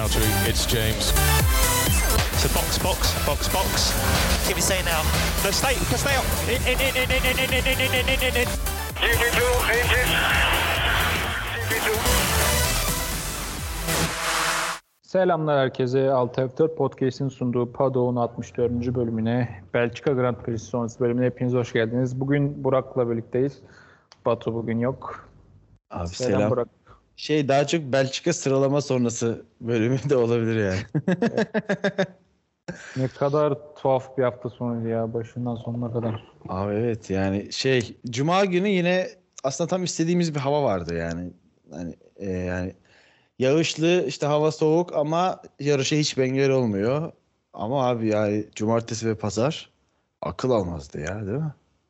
Valtteri, it's James. So box. Can we say now? No, stay up. In. GP2, engine. GP2. Selamlar herkese. Alt F4 Podcast'in sunduğu Paddock'un 64. bölümüne, Belçika Grand Prix sonrası bölümüne hepiniz hoş geldiniz. Bugün Burak'la birlikteyiz. Batu bugün yok. Abi selam. Burak. Daha çok Belçika sıralama sonrası bölümü de olabilir yani. Ne kadar tuhaf bir hafta sonuydu ya, başından sonuna kadar. Abi evet yani Cuma günü yine aslında tam istediğimiz bir hava vardı yani. Yani yağışlı, işte hava soğuk ama yarışa hiç engel olmuyor. Ama abi yani cumartesi ve pazar akıl almazdı ya, değil mi?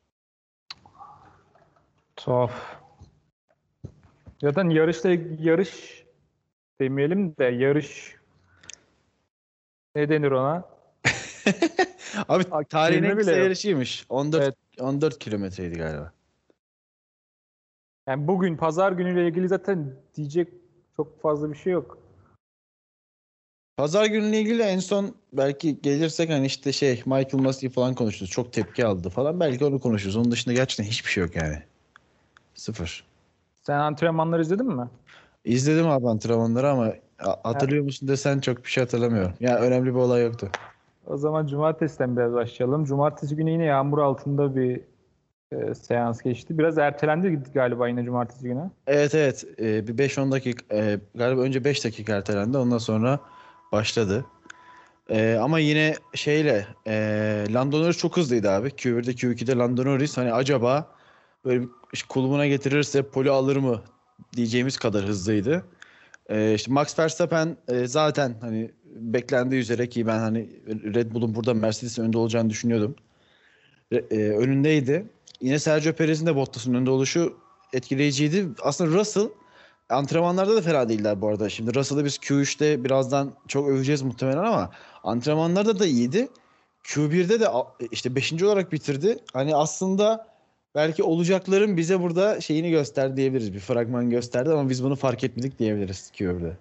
Tuhaf. Zaten yarış demeyelim de ne denir ona? Abi tarihin en kısa bile yok. yarışıymış. 14 kilometreydi galiba. Yani bugün pazar günüyle ilgili zaten diyecek çok fazla bir şey yok. Pazar günüyle ilgili en son belki gelirsek hani işte Michael Masi falan konuştu. Çok tepki aldı falan. Belki onu konuşuruz. Onun dışında gerçekten hiçbir şey yok yani. Sıfır. Sen antrenmanları izledin mi? İzledim abi antrenmanları ama hatırlıyor musun desen çok bir şey hatırlamıyorum. Yani önemli bir olay yoktu. O zaman cumartesiden biraz başlayalım. Cumartesi günü yine yağmur altında bir seans geçti. Biraz ertelendi galiba yine cumartesi günü. Evet. Bir 5-10 dakika galiba önce 5 dakika ertelendi. Ondan sonra başladı. Ama yine Lando Norris çok hızlıydı abi. Q1'de Q2'de Lando Norris hani acaba böyle bir kulübüne getirirse pole alır mı diyeceğimiz kadar hızlıydı. İşte Max Verstappen zaten hani beklendiği üzere ki ben hani Red Bull'un burada Mercedes'in önünde olacağını düşünüyordum. Önündeydi. Yine Sergio Perez'in de Bottas'ın önünde oluşu etkileyiciydi. Aslında Russell antrenmanlarda da fena değiller bu arada. Şimdi Russell'ı biz Q3'te birazdan çok öveceğiz muhtemelen ama antrenmanlarda da iyiydi. Q1'de de işte 5. olarak bitirdi. Hani aslında belki olacakların bize burada şeyini göster diyebiliriz. Bir fragman gösterdi ama biz bunu fark etmedik diyebiliriz Q1'de.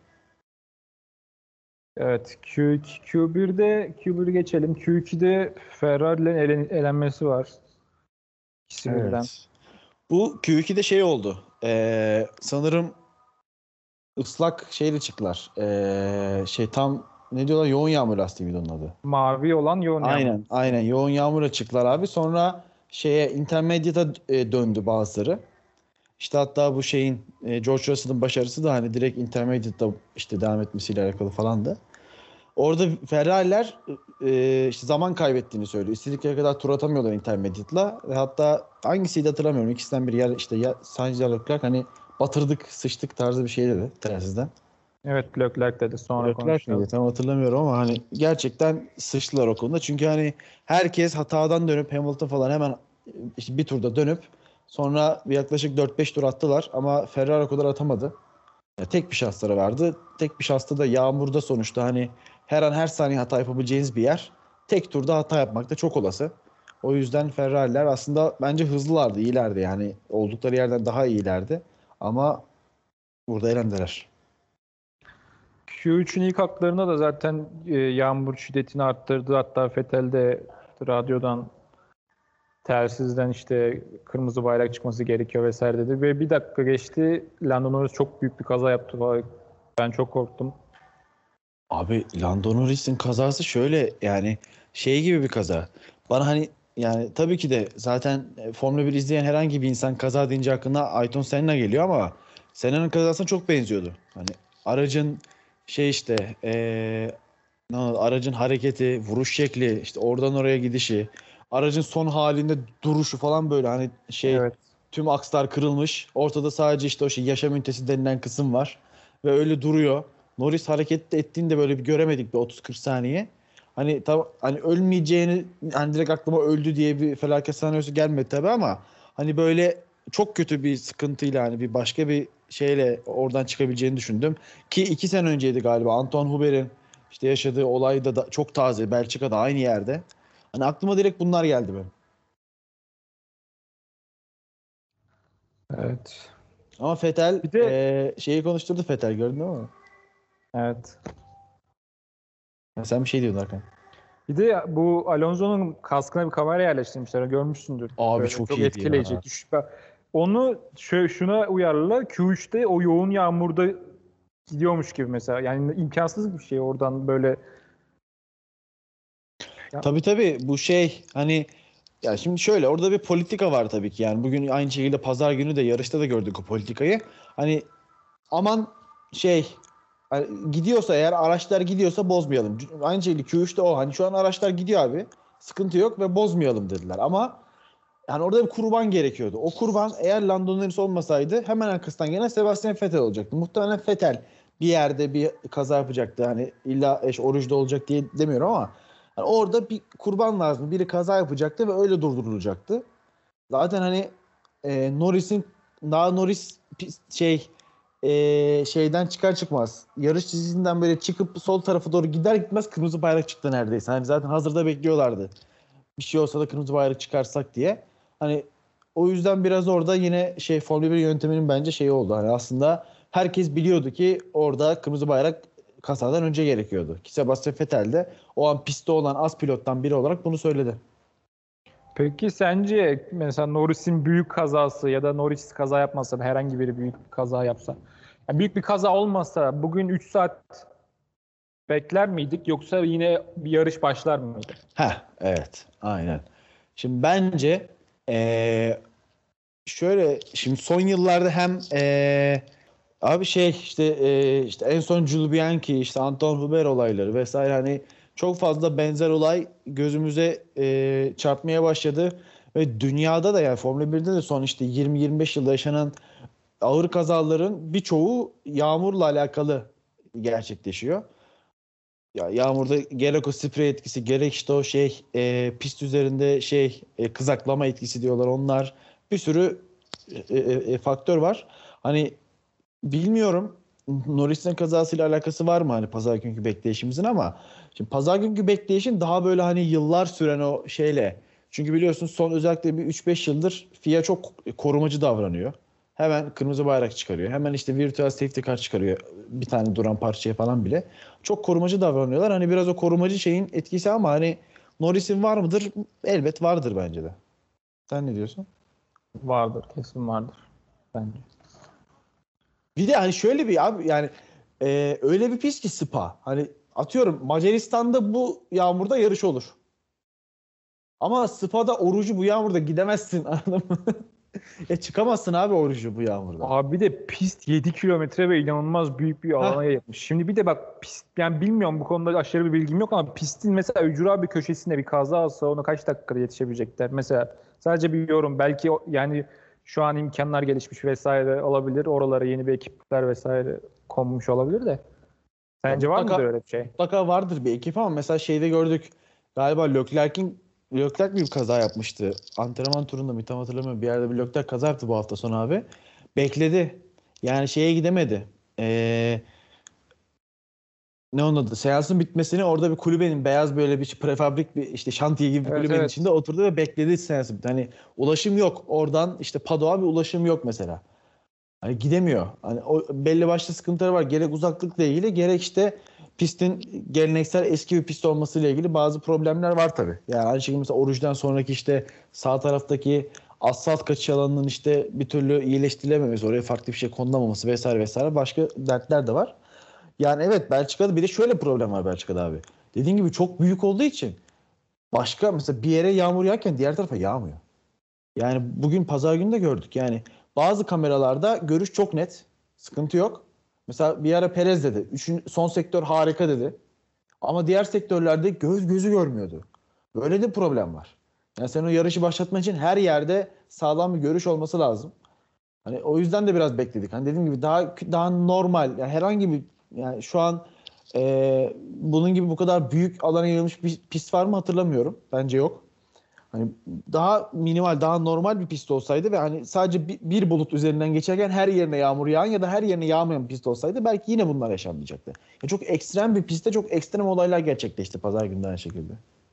Evet, Q1'i geçelim. Q2'de Ferrari'lerin elenmesi var. İkisi birden. Bu Q2'de oldu. Sanırım ıslak şeyle çıktılar. Tam ne diyorlar? Yoğun yağmur lastiği miydi onun adı? Mavi olan yoğun yağmur. Aynen. Yoğun yağmura çıktılar abi. Sonra intermediate'a döndü bazıları. İşte hatta bu George Russell'ın başarısı da hani direkt intermediate'da işte devam etmesiyle alakalı falandı. Orada Ferrari'ler işte zaman kaybettiğini söylüyor. İstedikleri kadar tur atamıyorlar intermediate'la. Ve hatta hangisiydi hatırlamıyorum. İkisinden biri ya Sainz ya Leclerc hani batırdık, sıçtık tarzı bir şey dedi telsizden. Evet, Leclerc dedi, sonra konuşacağız. Tam hatırlamıyorum ama hani gerçekten sıçtılar o konuda. Çünkü hani herkes hatadan dönüp Hamilton falan hemen işte bir turda dönüp sonra yaklaşık 4-5 tur attılar ama Ferrari o kadar atamadı. Tek bir şansları vardı. Tek bir şansta da yağmurda sonuçta hani her an her saniye hata yapabileceğiniz bir yer. Tek turda hata yapmak da çok olası. O yüzden Ferrari'ler aslında bence hızlılardı, iyilerdi yani. Oldukları yerden daha iyilerdi. Ama burada elendiler. Q3'ün ilk haklarında da zaten yağmur şiddetini arttırdı. Hatta Vettel de radyodan telsizden işte kırmızı bayrak çıkması gerekiyor vesaire dedi. Ve bir dakika geçti. Lando Norris çok büyük bir kaza yaptı. Ben çok korktum. Abi Lando Norris'in kazası şöyle yani gibi bir kaza. Bana hani yani tabii ki de zaten Formula 1 izleyen herhangi bir insan kaza deyince aklına Ayrton Senna geliyor ama Senna'nın kazasına çok benziyordu. Hani aracın aracın hareketi, vuruş şekli, işte oradan oraya gidişi, aracın son halinde duruşu falan böyle hani Evet. tüm akslar kırılmış. Ortada sadece işte yaşam ünitesi denilen kısım var ve öyle duruyor. Norris hareket ettiğinde böyle bir göremedik bir 30-40 saniye. Hani ölmeyeceğini hani direkt aklıma öldü diye bir felaket senaryosu gelmedi tabii ama hani böyle çok kötü bir sıkıntıyla hani bir başka bir şeyle oradan çıkabileceğini düşündüm. Ki 2 sene önceydi galiba Anton Hubert'in işte yaşadığı olay da çok taze. Belçika'da aynı yerde. Hani aklıma direkt bunlar geldi benim. Evet. Ama Vettel Bir de konuşturdu Vettel gördün değil mi? evet. Ya sen bir şey diyordun Hakan. Bir de bu Alonso'nun kaskına bir kamera yerleştirmişler. Görmüşsündür. Abi Böyle çok çok iyiydi etkileyici. ya. Onu şuna uyarlılar. Q3'te o yoğun yağmurda gidiyormuş gibi mesela. Yani imkansız bir şey oradan böyle. Tabii bu şey hani ya şimdi şöyle orada bir politika var tabii ki. Yani bugün aynı şekilde pazar günü de yarışta da gördük o politikayı. Hani aman şey hani gidiyorsa eğer araçlar gidiyorsa bozmayalım. Aynı şekilde Q3'te o hani şu an araçlar gidiyor abi. Sıkıntı yok ve bozmayalım dediler. Ama yani orada bir kurban gerekiyordu. O kurban eğer Lando Norris olmasaydı hemen arkasından gelen Sebastian Vettel olacaktı. Muhtemelen Vettel bir yerde bir kaza yapacaktı. Hani illa orijde olacak diye demiyorum ama yani orada bir kurban lazım. Biri kaza yapacaktı ve öyle durdurulacaktı. Zaten hani Norris'in daha Norris şeyden çıkar çıkmaz yarış çizgisinden böyle çıkıp sol tarafa doğru gider gitmez kırmızı bayrak çıktı neredeyse. Hani zaten hazırda bekliyorlardı. Bir şey olsa da kırmızı bayrak çıkarsak diye. Hani o yüzden biraz orada yine Formula 1 yönteminin bence şeyi oldu. Hani aslında herkes biliyordu ki orada kırmızı bayrak kasadan önce gerekiyordu. Ki Sebastian Vettel de o an pistte olan az pilottan biri olarak bunu söyledi. Peki sence mesela Norris'in büyük kazası ya da Norris kaza yapmasa, herhangi biri büyük bir kaza yapsa, yani büyük bir kaza olmasa bugün 3 saat bekler miydik yoksa yine bir yarış başlar mıydı? Evet, aynen. Şimdi bence şöyle şimdi son yıllarda hem abi işte en son Jules Bianchi işte Anton Hubert olayları vesaire hani çok fazla benzer olay gözümüze çarpmaya başladı ve dünyada da yani Formula 1'de de son işte 20-25 yılda yaşanan ağır kazaların birçoğu yağmurla alakalı gerçekleşiyor. Ya yağmurda gerek o sprey etkisi gerek işte o pist üzerinde kızaklama etkisi diyorlar onlar bir sürü faktör var. Hani bilmiyorum Norris'in kazasıyla alakası var mı hani pazar günkü bekleyişimizin ama şimdi pazar günkü bekleyişin daha böyle hani yıllar süren o şeyle çünkü biliyorsun son özellikle bir 3-5 yıldır FIA çok korumacı davranıyor. Hemen kırmızı bayrak çıkarıyor. Hemen işte virtual safety car çıkarıyor. Bir tane duran parçaya falan bile. Çok korumacı davranıyorlar. Hani biraz o korumacı şeyin etkisi ama hani Norris'in var mıdır? Elbet vardır bence de. Sen ne diyorsun? Vardır, kesin vardır bence. Bir de hani şöyle bir abi yani öyle bir pist ki Spa. Hani atıyorum Macaristan'da bu yağmurda yarış olur. Ama Spa'da orucu bu yağmurda gidemezsin anladın mı? Çıkamazsın abi orucu bu yağmurda. Abi bir de pist 7 kilometre ve inanılmaz büyük bir alana Heh. yayılmış. Şimdi bir de bak pist, yani bilmiyorum bu konuda aşırı bir bilgim yok ama pistin mesela ücra bir köşesinde bir kaza olsa ona kaç dakikada yetişebilecekler? Mesela sadece bir yorum belki yani şu an imkanlar gelişmiş vesaire olabilir. Oralara yeni bir ekipler vesaire konmuş olabilir de. Sence var mıdır öyle bir şey? Mutlaka vardır bir ekip ama mesela şeyde gördük. Galiba Leclerc bir kaza yapmıştı. Antrenman turunda mı tam hatırlamıyorum. Bir yerde bir Leclerc kaza yaptı bu hafta sonu abi. Bekledi. Yani şeye gidemedi. Ne onun adı? Seansın bitmesini orada bir kulübenin beyaz böyle bir prefabrik bir işte şantiye gibi bir Evet, kulübenin evet. içinde oturdu ve bekledi seansı. Hani ulaşım yok. Oradan işte Paddock'a bir ulaşım yok mesela. Hani gidemiyor. Hani o belli başlı sıkıntıları var. Gerek uzaklıkla ilgili gerek işte pistin geleneksel eski bir pist olmasıyla ilgili bazı problemler var tabii. Yani aynı şekilde mesela oruçtan sonraki işte sağ taraftaki asfalt kaçış alanının işte bir türlü iyileştirilememesi, oraya farklı bir şey konulamaması vesaire vesaire başka dertler de var. Yani evet Belçika'da bir de şöyle problem var Belçika'da abi. Dediğin gibi çok büyük olduğu için başka mesela bir yere yağmur yağarken diğer tarafa yağmıyor. Yani bugün pazar günü de gördük. Yani bazı kameralarda görüş çok net. Sıkıntı yok. Mesela bir ara Perez dedi. Son sektör harika dedi. Ama diğer sektörlerde göz gözü görmüyordu. Böyle de problem var. Yani sen o yarışı başlatman için her yerde sağlam bir görüş olması lazım. Hani o yüzden de biraz bekledik. Hani dediğim gibi daha normal. Yani herhangi bir yani şu an bunun gibi bu kadar büyük alana yayılmış bir pist var mı hatırlamıyorum. Bence yok. Hani daha minimal, daha normal bir pist olsaydı ve hani sadece bir bulut üzerinden geçerken her yerine yağmur yağan ya da her yerine yağmayan bir pist olsaydı belki yine bunlar yaşanmayacaktı. Ya çok ekstrem bir pistte çok ekstrem olaylar gerçekleşti pazar günü aynı şekilde.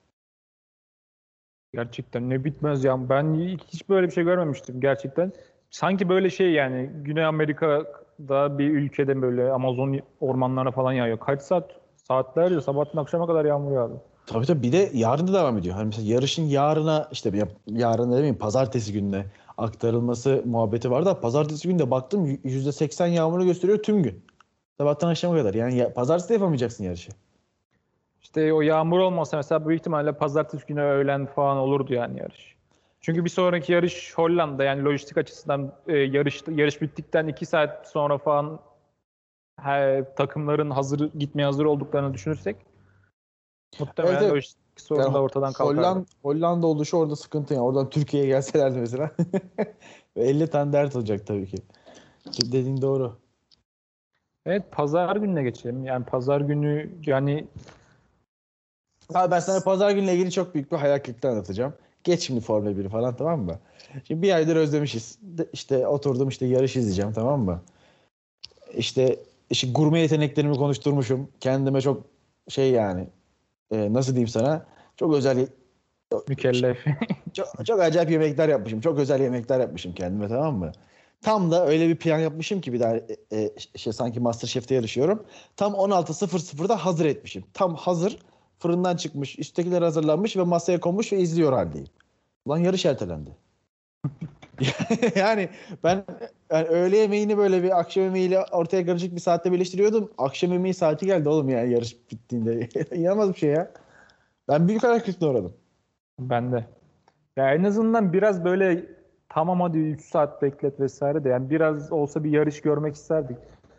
Gerçekten ne bitmez ya. Ben hiç böyle bir şey görmemiştim gerçekten. Sanki böyle şey yani Güney Amerika'da bir ülkede böyle Amazon ormanlarına falan yağıyor. Kaç saat Saatlerce sabahtan akşama kadar yağmur yağdı. Tabii bir de yarın da devam ediyor. Hani mesela yarışın yarına işte yarın demeyeyim pazartesi gününe aktarılması muhabbeti vardı. Ama pazartesi günü de baktım %80 yağmuru gösteriyor tüm gün. Sabahtan akşama kadar. Yani pazartesi de yapamayacaksın yarışı. İşte o yağmur olmasa mesela büyük ihtimalle pazartesi günü öğlen falan olurdu yani yarış. Çünkü bir sonraki yarış Hollanda, yani lojistik açısından yarış bittikten 2 saat sonra falan takımların gitmeye hazır olduklarını düşünürsek muhtemelen Evet. lojistik sorun da ortadan kalkardı. Hollanda oluşu orada sıkıntı yani. Oradan Türkiye'ye gelselerdi mesela. 50 tane dert olacak tabii ki. Dediğin doğru. Evet, pazar gününe geçelim. Yani pazar günü yani Abi ben sana pazar günüyle ilgili çok büyük bir hayal kırıklığı anlatacağım. Geç şimdi Formula 1'i falan, tamam mı? Şimdi bir aydır özlemişiz. İşte oturdum işte yarış izleyeceğim, tamam mı? İşte gurme yeteneklerimi konuşturmuşum. Kendime çok yani nasıl diyeyim sana? Çok özel mükellef. çok acayip yemekler yapmışım. Çok özel yemekler yapmışım kendime, tamam mı? Tam da öyle bir plan yapmışım ki bir daha sanki MasterChef'te yarışıyorum. Tam 16.00'da hazır etmişim. Tam hazır. Fırından çıkmış, üsttekiler hazırlanmış ve masaya konmuş ve izliyor haldeyim. Ulan yarış ertelendi. Yani ben öğle yemeğini böyle bir akşam yemeğiyle ortaya karışık bir saatte birleştiriyordum. Akşam yemeği saati geldi oğlum ya yarış bittiğinde. İnanılmaz bir şey ya. Ben büyük hayal kırıklığına uğradım. Ben de. Ya en azından biraz böyle tamam hadi 3 saat beklet vesaire de yani biraz olsa bir yarış görmek isterdik.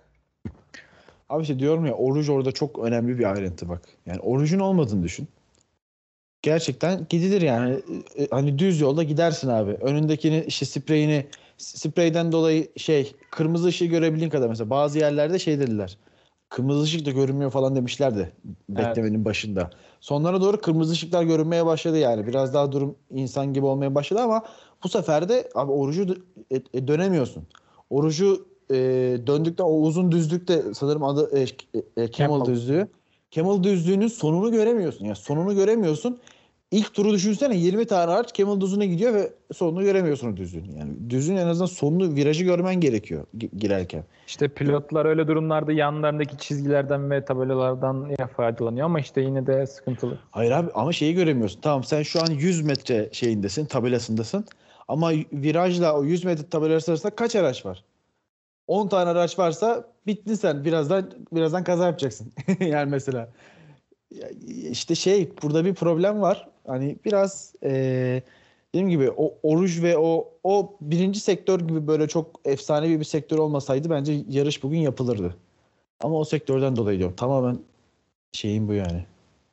Abi işte diyorum ya, oruç orada çok önemli bir ayrıntı bak. Yani orucun olmadığını düşün. Gerçekten gidilir yani. Hani düz yolda gidersin abi. Önündekini işte spreyden dolayı kırmızı ışığı görebildiğin kadar, mesela bazı yerlerde dediler. Kırmızı ışık da görünmüyor falan demişlerdi beklemenin başında. Sonlara doğru kırmızı ışıklar görünmeye başladı yani. Biraz daha durum insan gibi olmaya başladı ama bu sefer de abi orucu dönemiyorsun. Orucu döndükten o uzun düzlükte sanırım adı Camel düzlüğü. Camel düzlüğünün sonunu göremiyorsun. Yani sonunu göremiyorsun. İlk turu düşünsene, 20 tane araç Camel düzlüğüne gidiyor ve sonunu göremiyorsun o düzlüğün. Yani düzlüğün en azından sonunu, virajı görmen gerekiyor girerken. İşte pilotlar öyle durumlarda yanlarındaki çizgilerden ve tabelalardan faydalanıyor ama işte yine de sıkıntılı. Hayır abi ama göremiyorsun. Tamam, sen şu an 100 metre tabelasındasın. Ama virajla o 100 metre tabelası arasında kaç araç var? 10 tane araç varsa bittin sen. Birazdan kaza yapacaksın. Yani mesela işte burada bir problem var. Hani biraz dediğim gibi o oruç ve o birinci sektör gibi böyle çok efsanevi bir sektör olmasaydı bence yarış bugün yapılırdı. Ama o sektörden dolayı diyorum. Tamamen bu yani.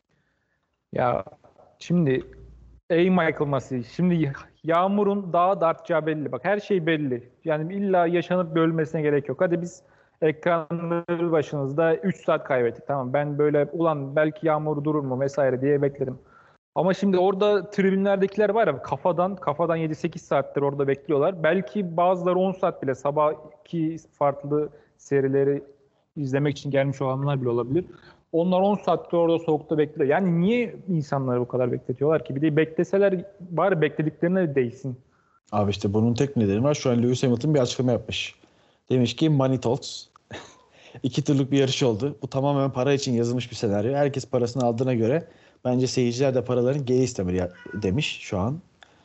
Ya şimdi Michael Massey, şimdi yağmurun daha da artacağı belli. Bak her şey belli. Yani illa yaşanıp bölmesine gerek yok. Hadi biz ekranları başınızda 3 saat kaybettik. Tamam, ben böyle ulan belki yağmur durur mu vesaire diye bekledim. Ama şimdi orada tribünlerdekiler var ya, kafadan 7-8 saattir orada bekliyorlar. Belki bazıları 10 saat bile sabahki farklı serileri izlemek için gelmiş olanlar bile olabilir. Onlar 10 saattir orada soğukta bekliyor. Yani niye insanları bu kadar bekletiyorlar ki? Bir de bekleseler bari beklediklerine değsin. Abi işte bunun tek nedeni var. Şu an Lewis Hamilton bir açıklama yapmış. Demiş ki money talks. 2 turluk bir yarış oldu. Bu tamamen para için yazılmış bir senaryo. Herkes parasını aldığına göre bence seyirciler de paralarını geri istemeli demiş şu an.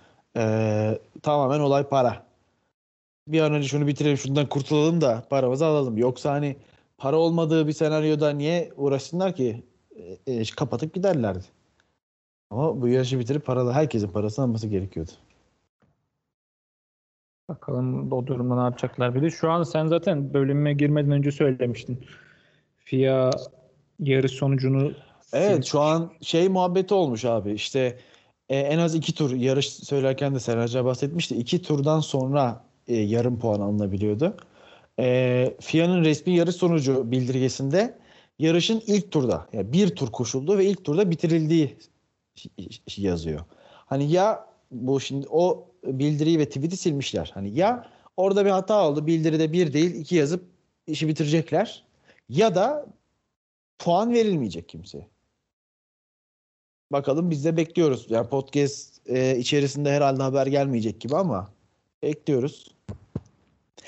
Tamamen olay para. Bir an önce şunu bitirelim, şundan kurtulalım da paramızı alalım. Yoksa hani para olmadığı bir senaryoda niye uğraşsınlar ki? Kapatıp giderlerdi. Ama bu yarışı bitirip herkesin parasını alması gerekiyordu. Bakalım o durumda ne yapacaklar. Bir de şu an sen zaten bölüme girmeden önce söylemiştin. FIA yarış sonucunu Evet, şu an muhabbeti olmuş abi. İşte en az 2 tur yarış söylerken de Serhat bahsetmişti. 2 turdan sonra yarım puan alınabiliyordu. FIA'nın resmi yarış sonucu bildirgesinde yarışın ilk turda, yani bir tur koşuldu ve ilk turda bitirildiği yazıyor. Hani ya bu şimdi o bildiriyi ve tweet'i silmişler. Hani ya orada bir hata oldu, bildiride 1 değil 2 yazıp işi bitirecekler, ya da puan verilmeyecek kimseye. Bakalım, biz de bekliyoruz. Yani podcast içerisinde herhalde haber gelmeyecek gibi ama bekliyoruz.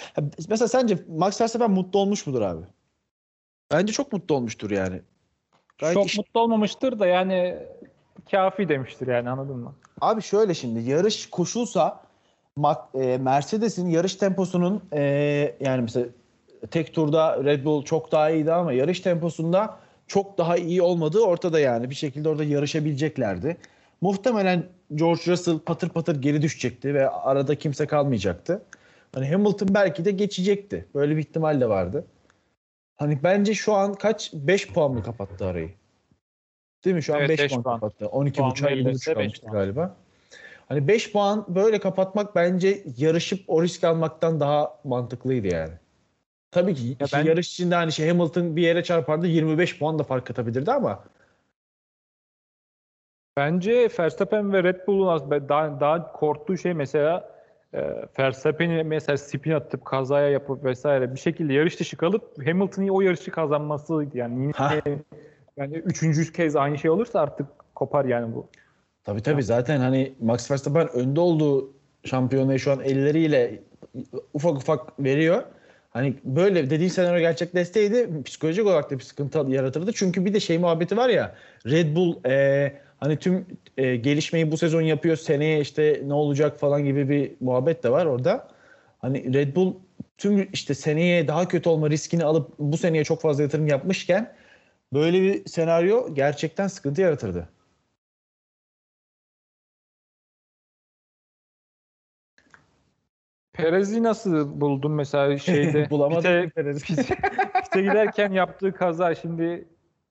Mesela sence Max Verstappen mutlu olmuş mudur abi? Bence çok mutlu olmuştur yani. Çok mutlu olmamıştır da yani kafi demiştir yani, anladın mı? Abi şöyle, şimdi yarış koşulsa Mercedes'in yarış temposunun yani mesela tek turda Red Bull çok daha iyiydi ama yarış temposunda çok daha iyi olmadığı ortada yani. Bir şekilde orada yarışabileceklerdi. Muhtemelen George Russell patır patır geri düşecekti ve arada kimse kalmayacaktı. Hani Hamilton belki de geçecekti. Böyle bir ihtimal de vardı. Hani bence şu an kaç? 5 puan mı kapattı arayı? Değil mi? Şu an Evet, 5 5 puan puan. kapattı. 12,5 Puanla 11,5 gelirse 5 kalmıştı puan. galiba. Hani 5 puan böyle kapatmak bence yarışıp o risk almaktan daha mantıklıydı yani. Tabii ki Ya iki yarış içinde hani Hamilton bir yere çarpardı 25 puan da fark atabilirdi ama Bence Verstappen ve Red Bull'un aslında daha korktuğu şey mesela Verstappen'i mesela spin atıp kazaya yapıp vesaire bir şekilde yarış dışı kalıp Hamilton'ın o yarışı kazanmasıydı yani. ha Yani üçüncü kez aynı şey olursa artık kopar yani bu. tabii zaten hani Max Verstappen önde olduğu şampiyonayı şu an elleriyle ufak ufak veriyor. Hani böyle dediğin senaryo gerçekleşseydi psikolojik olarak da bir sıkıntı yaratırdı. Çünkü bir de şey muhabbeti var ya, Red Bull hani tüm gelişmeyi bu sezon yapıyor, seneye işte ne olacak falan gibi bir muhabbet de var orada. Hani Red Bull tüm işte seneye daha kötü olma riskini alıp bu seneye çok fazla yatırım yapmışken böyle bir senaryo gerçekten sıkıntı yaratırdı. Perez'i nasıl buldun mesela şeyde Bulamadık ki Perez'i. pite giderken yaptığı kaza şimdi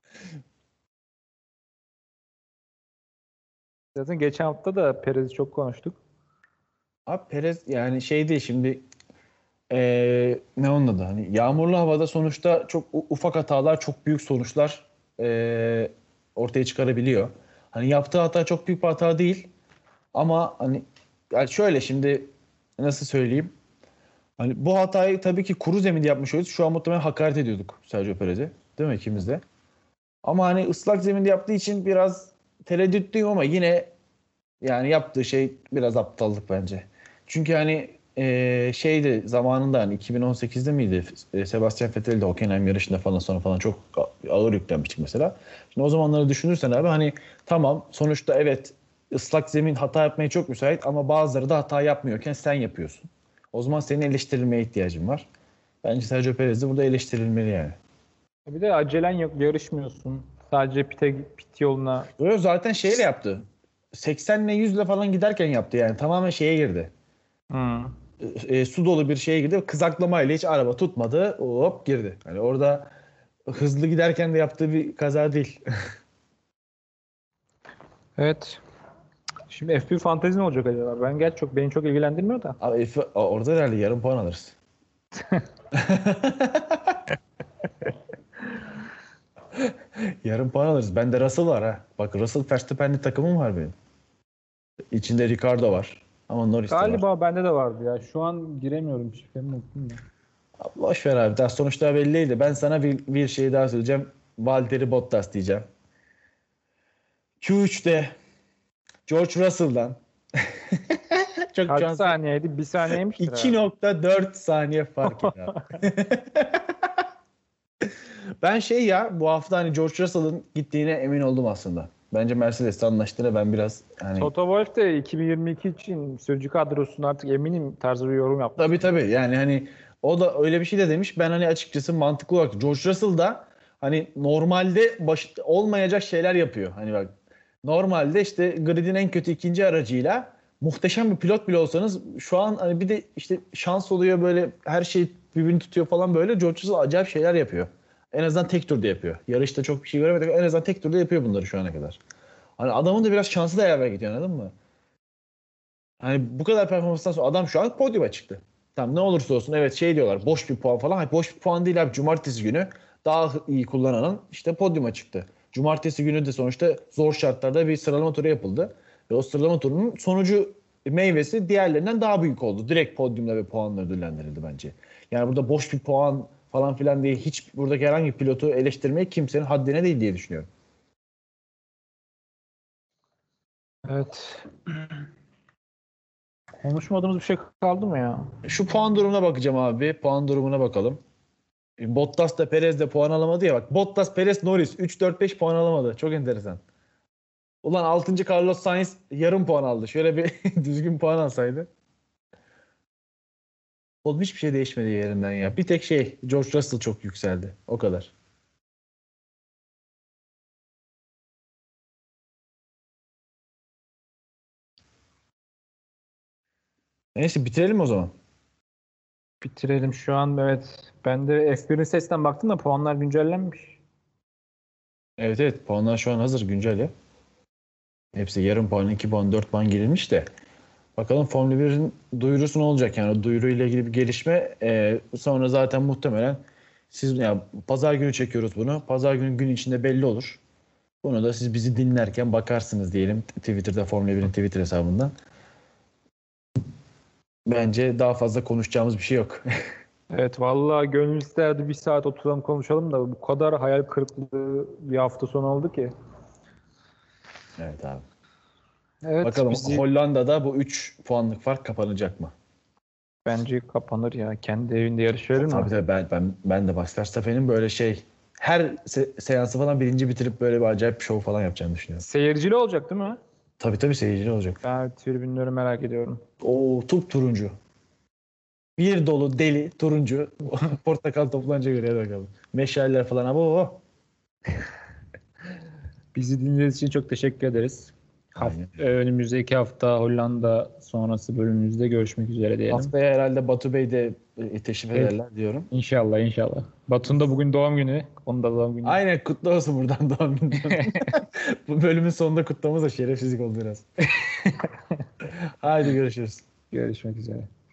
zaten geçen hafta da Perez'i çok konuştuk. Abi Perez yani şey değil şimdi, ne onun adı, hani yağmurlu havada sonuçta çok ufak hatalar çok büyük sonuçlar ortaya çıkarabiliyor. Hani yaptığı hata çok büyük bir hata değil ama hani yani şöyle şimdi nasıl söyleyeyim, hani bu hatayı tabii ki kuru zeminde yapmış olsaydı şu an muhtemelen hakaret ediyorduk Sergio Perez'e, değil mi, ikimiz de? Ama hani ıslak zeminde yaptığı için biraz tereddütlüyüm ama yine yani yaptığı şey biraz aptallık bence. Çünkü hani şeydi zamanında, hani 2018'de miydi? Sebastian Vettel de Hockenheim yarışında falan sonra falan çok ağır yüklenmiştik mesela. Şimdi o zamanları düşünürsen abi hani tamam, sonuçta evet ıslak zemin hata yapmaya çok müsait ama bazıları da hata yapmıyorken sen yapıyorsun. O zaman senin eleştirilmeye ihtiyacın var. Bence Sergio Perez de burada eleştirilmeli yani. Bir de acelen yok, yarışmıyorsun. Sadece pit yoluna. Böyle zaten şeyle yaptı. 80 ile 100 ile falan giderken yaptı yani. Tamamen şeye girdi. Hmm. Su dolu bir şeye girdi. Kızaklamayla hiç araba tutmadı. Hop girdi. Hani orada hızlı giderken de yaptığı bir kaza değil. Evet. Şimdi F1 fantezi ne olacak acaba? Beni çok ilgilendirmiyor da. Abi orada herhalde yarım puan alırız. Yarım puan alırız. Bende Russell var ha. Bak Russell Verstappen'li takımım var benim. İçinde Ricardo var. Ama Norris de var. Galiba bende de vardı ya. Şu an giremiyorum. Şifremi unuttum ya. Boş ver abi. Daha sonuçlar belliydi. Ben sana bir şey daha söyleyeceğim. Valtteri Bottas diyeceğim. Q3'te George Russell'dan çok Kaç şanslı. saniyeydi? Bir saniyeymiştir herhalde. 2,4 saniye fark ediyor. Ben bu hafta hani George Russell'ın gittiğine emin oldum aslında. Bence Mercedes'le anlaştığına ben biraz hani Toto Wolff de 2022 için sürücü kadrosunu artık eminim tarzı bir yorum yaptı. tabii yani hani o da öyle bir şey de demiş. Ben hani açıkçası mantıklı olarak George Russell da hani normalde olmayacak şeyler yapıyor. Hani bak normalde işte gridin en kötü ikinci aracıyla muhteşem bir pilot bile olsanız şu an hani bir de işte şans oluyor, böyle her şey birbirini tutuyor falan böyle. George Russell acayip şeyler yapıyor. En azından tek turda yapıyor. Yarışta çok bir şey göremedik. En azından tek turda yapıyor bunları şu ana kadar. Hani adamın da biraz şansı da yaver gidiyor, anladın mı? Hani bu kadar performanstan sonra adam şu an podyuma çıktı. Tamam ne olursa olsun evet şey diyorlar boş bir puan falan. Hayır, boş bir puan değil abi. Cumartesi günü daha iyi kullananın işte podyuma çıktı. Cumartesi günü de sonuçta zor şartlarda bir sıralama turu yapıldı. Ve o sıralama turunun sonucu meyvesi diğerlerinden daha büyük oldu. Direkt podyumla ve puanla ödüllendirildi bence. Yani burada boş bir puan falan filan diye hiç buradaki herhangi bir pilotu eleştirmek kimsenin haddine değil diye düşünüyorum. Evet. Konuşmadığımız bir şey kaldı mı ya? Şu puan durumuna bakacağım abi. Puan durumuna bakalım. Bottas da Perez de puan alamadı ya bak. Bottas, Perez, Norris 3-4-5 puan alamadı. Çok enteresan. Ulan 6. Carlos Sainz yarım puan aldı. Şöyle bir düzgün puan alsaydı. Oğlum hiçbir şey değişmedi yerinden ya. Bir tek George Russell çok yükseldi. O kadar. Neyse bitirelim o zaman. Bitirelim şu an. Evet. Ben de F1'in sesten baktım da puanlar güncellenmiş. Evet puanlar şu an hazır güncel ya. Hepsi yarım puan, 2 puan, 4 puan girilmiş de. Bakalım Formula 1'in duyurusu ne olacak yani o duyuruyla ilgili bir gelişme. Sonra zaten muhtemelen pazar günü çekiyoruz bunu. Pazar günü gün içinde belli olur. Bunu da siz bizi dinlerken bakarsınız diyelim Twitter'da Formula 1'in Twitter hesabından. Bence daha fazla konuşacağımız bir şey yok. Evet vallahi gönül isterdi bir saat oturalım konuşalım da bu kadar hayal kırıklığı bir hafta sonu oldu ki. Evet abi. Evet, bakalım Hollanda'da bu 3 puanlık fark kapanacak mı? Bence kapanır ya. Kendi evinde yarışıyor mu? Tabii ben de Max Verstappen'in böyle her seansı falan birinci bitirip böyle bir acayip bir show falan yapacağını düşünüyorum. Seyircili olacak değil mi? Tabii seyircili olacak. Ben tribünleri merak ediyorum. O turuncu. Bir dolu deli turuncu. Portakal toplanca göre bakalım. Meşaleler falan abo. Bizi dinlediğiniz için çok teşekkür ederiz. Önümüzdeki hafta Hollanda sonrası bölümümüzde görüşmek üzere diyelim. Haftaya herhalde Batu Bey de teşrif ederler diyorum. İnşallah. Batu'nun da bugün doğum günü. Onun da doğum günü. Aynen kutlu olsun buradan doğum günü. Bu bölümün sonunda kutlamamız da şerefsizlik oldu biraz. Haydi görüşürüz. Görüşmek üzere.